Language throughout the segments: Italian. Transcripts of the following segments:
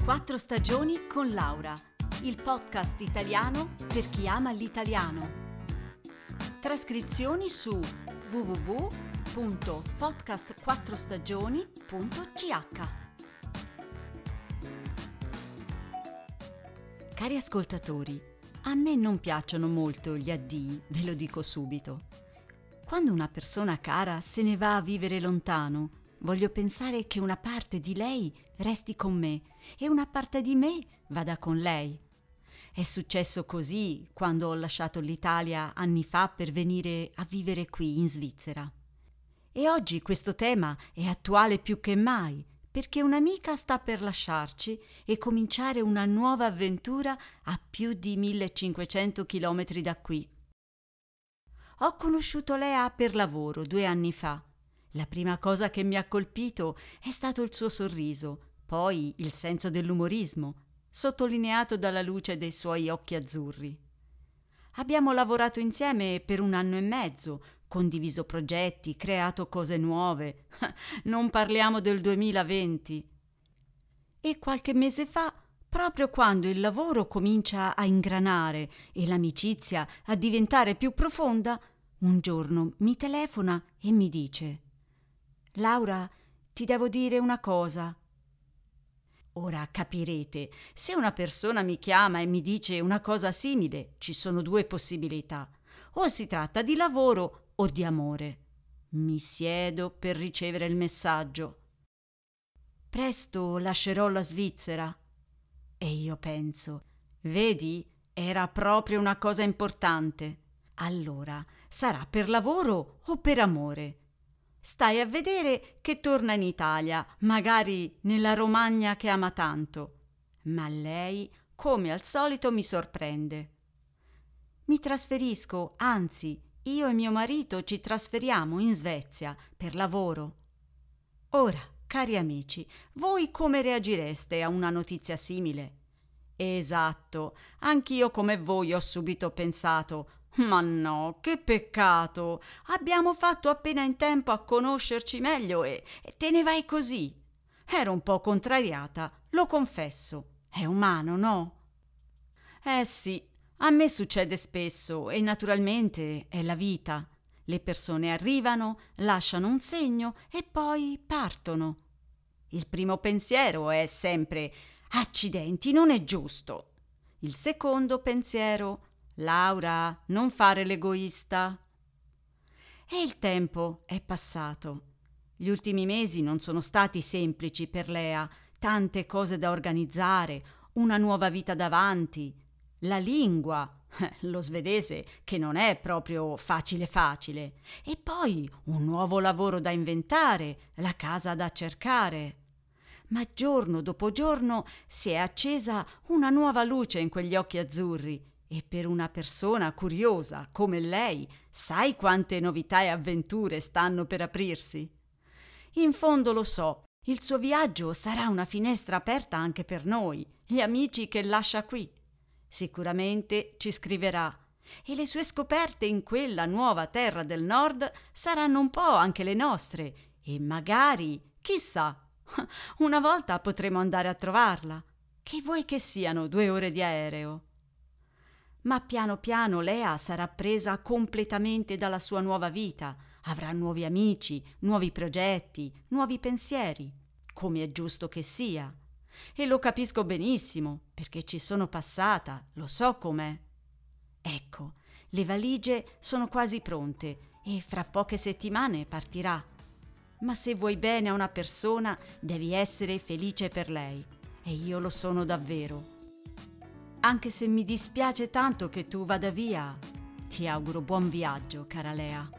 Quattro stagioni con Laura, il podcast italiano per chi ama l'italiano. Trascrizioni su www.podcastquattrostagioni.ch. Cari ascoltatori, a me non piacciono molto gli addii, ve lo dico subito. Quando una persona cara se ne va a vivere lontano, voglio pensare che una parte di lei resti con me e una parte di me vada con lei. È successo così quando ho lasciato l'Italia anni fa per venire a vivere qui in Svizzera. E oggi questo tema è attuale più che mai, perché un'amica sta per lasciarci e cominciare una nuova avventura a più di 1500 chilometri da qui. Ho conosciuto Lea per lavoro 2 anni fa. La prima cosa che mi ha colpito è stato il suo sorriso, poi il senso dell'umorismo, sottolineato dalla luce dei suoi occhi azzurri. Abbiamo lavorato insieme per 1 anno e mezzo, condiviso progetti, creato cose nuove. Non parliamo del 2020. E qualche mese fa, proprio quando il lavoro comincia a ingranare e l'amicizia a diventare più profonda, un giorno mi telefona e mi dice: «Laura, ti devo dire una cosa». Ora capirete, se una persona mi chiama e mi dice una cosa simile, ci sono 2 possibilità. O si tratta di lavoro o di amore. Mi siedo per ricevere il messaggio. «Presto lascerò la Svizzera». E io penso: vedi, era proprio una cosa importante. Allora, sarà per lavoro o per amore? Stai a vedere che torna in Italia, magari nella Romagna che ama tanto. Ma lei, come al solito, mi sorprende. Mi trasferisco, anzi, io e mio marito ci trasferiamo in Svezia per lavoro. Ora, cari amici, voi come reagireste a una notizia simile? Esatto, anch'io come voi ho subito pensato: ma no, che peccato! Abbiamo fatto appena in tempo a conoscerci meglio e te ne vai così. Ero un po' contrariata, lo confesso. È umano, no? Sì, a me succede spesso e naturalmente è la vita. Le persone arrivano, lasciano un segno e poi partono. Il primo pensiero è sempre: accidenti, non è giusto. Il secondo pensiero: Laura, non fare l'egoista. E il tempo è passato. Gli ultimi mesi non sono stati semplici per Lea, tante cose da organizzare, una nuova vita davanti, la lingua, lo svedese che non è proprio facile, e poi un nuovo lavoro da inventare, la casa da cercare. Ma giorno dopo giorno si è accesa una nuova luce in quegli occhi azzurri. E per una persona curiosa come lei, sai quante novità e avventure stanno per aprirsi? In fondo lo so, il suo viaggio sarà una finestra aperta anche per noi, gli amici che lascia qui. Sicuramente ci scriverà e le sue scoperte in quella nuova terra del nord saranno un po' anche le nostre e magari, chissà, una volta potremo andare a trovarla, che vuoi che siano 2 ore di aereo. Ma piano piano Lea sarà presa completamente dalla sua nuova vita, avrà nuovi amici, nuovi progetti, nuovi pensieri, come è giusto che sia. E lo capisco benissimo, perché ci sono passata, lo so com'è. Ecco, le valigie sono quasi pronte e fra poche settimane partirà. Ma se vuoi bene a una persona, devi essere felice per lei, e io lo sono davvero. Anche se mi dispiace tanto che tu vada via, ti auguro buon viaggio, cara Lea.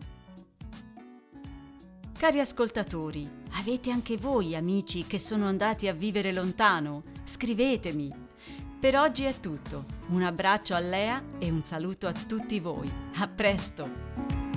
Cari ascoltatori, avete anche voi amici che sono andati a vivere lontano? Scrivetemi. Per oggi è tutto. Un abbraccio a Lea e un saluto a tutti voi. A presto!